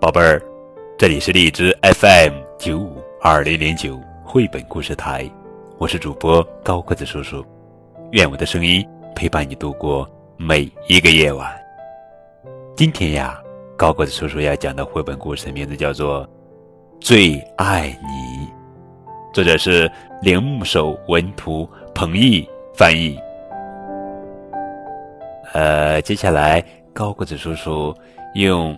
宝贝儿，这里是荔枝 FM952009绘本故事台，我是主播高个子叔叔，愿我的声音陪伴你度过每一个夜晚。今天呀，高个子叔叔要讲的绘本故事名字叫做《最爱你》，作者是铃木守文图，彭毅翻译。接下来高个子叔叔用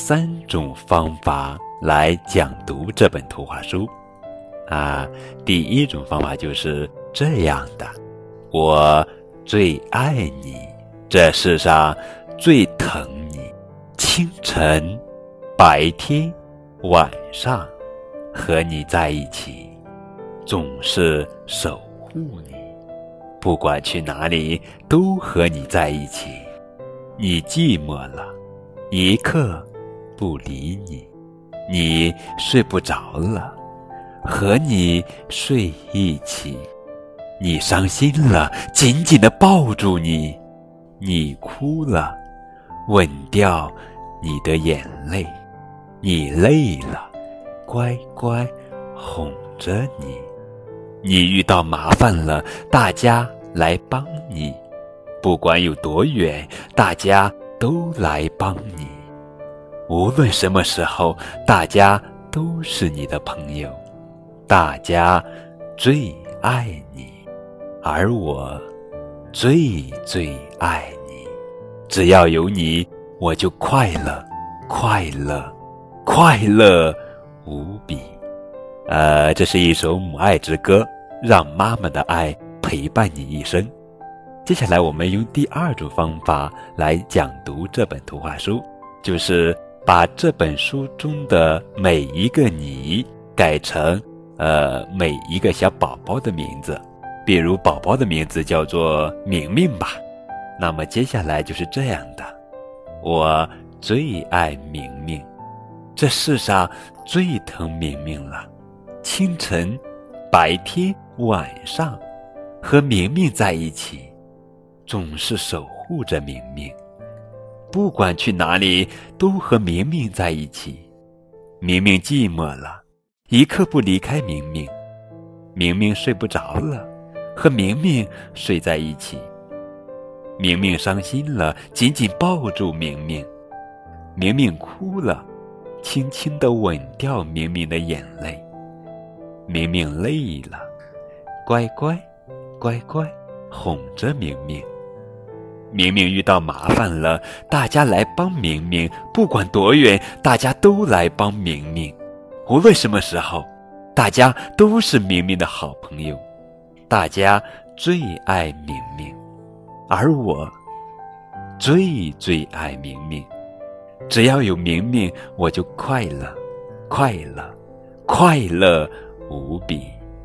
3种方法来讲读这本图画书。第一种方法就是这样的：我最爱你，这世上最疼你，清晨、白天、晚上，和你在一起，总是守护你，不管去哪里都和你在一起。你寂寞了，一刻不理你，你睡不着了，和你睡一起。你伤心了，紧紧地抱住你，你哭了，吻掉你的眼泪。你累了，乖乖哄着你。你遇到麻烦了，大家来帮你，不管有多远，大家都来帮你。无论什么时候，大家都是你的朋友，大家最爱你，而我最最爱你。只要有你，我就快乐，快乐，快乐无比。这是一首母爱之歌，让妈妈的爱陪伴你一生。接下来我们用第2种方法来讲读这本图画书，就是把这本书中的每一个你改成每一个小宝宝的名字。比如宝宝的名字叫做明明吧，那么接下来就是这样的：我最爱明明，这世上最疼明明了，清晨、白天、晚上，和明明在一起，总是守护着明明，不管去哪里都和明明在一起。明明寂寞了，一刻不离开明明。明明睡不着了，和明明睡在一起。明明伤心了，紧紧抱住明明。明明哭了，轻轻地吻掉明明的眼泪。明明累了，乖乖乖乖哄着明明。明明遇到麻烦了，大家来帮明明，不管多远，大家都来帮明明。无论什么时候，大家都是明明的好朋友，大家最爱明明，而我最最爱明明。只要有明明，我就快乐，快乐，快乐无比。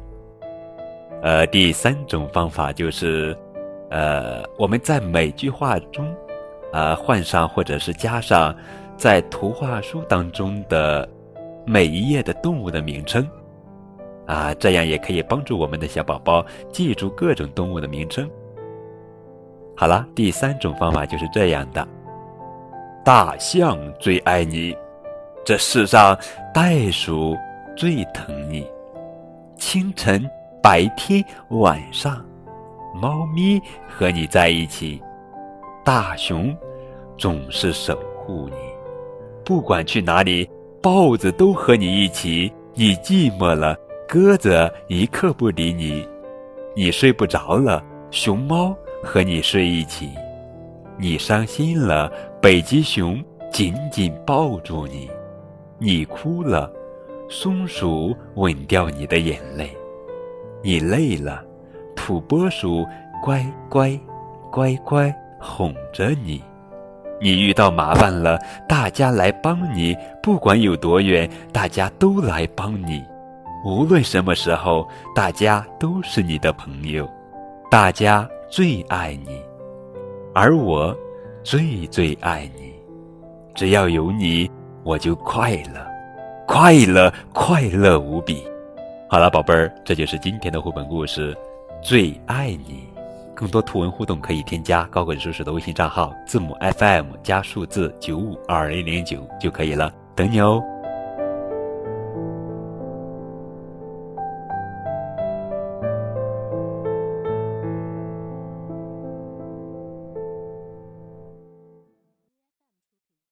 第3种方法就是我们在每句话中换上或者是加上在图画书当中的每一页的动物的名称这样也可以帮助我们的小宝宝记住各种动物的名称。好了，第3种方法就是这样的：大象最爱你，这世上袋鼠最疼你，清晨、白天、晚上，猫咪和你在一起，大熊总是守护你，不管去哪里，豹子都和你一起。你寂寞了，鸽子一刻不理你，你睡不着了，熊猫和你睡一起。你伤心了，北极熊紧紧抱住你，你哭了，松鼠吻掉你的眼泪。你累了，土拨鼠乖乖乖乖哄着你。你遇到麻烦了，大家来帮你，不管有多远，大家都来帮你。无论什么时候，大家都是你的朋友，大家最爱你，而我最最爱你。只要有你，我就快乐，快乐，快乐无比。好了，宝贝儿，这就是今天的绘本故事，最爱你。更多图文互动可以添加高个子叔叔的微信账号，字母 FM 加数字952009就可以了。等等你哦。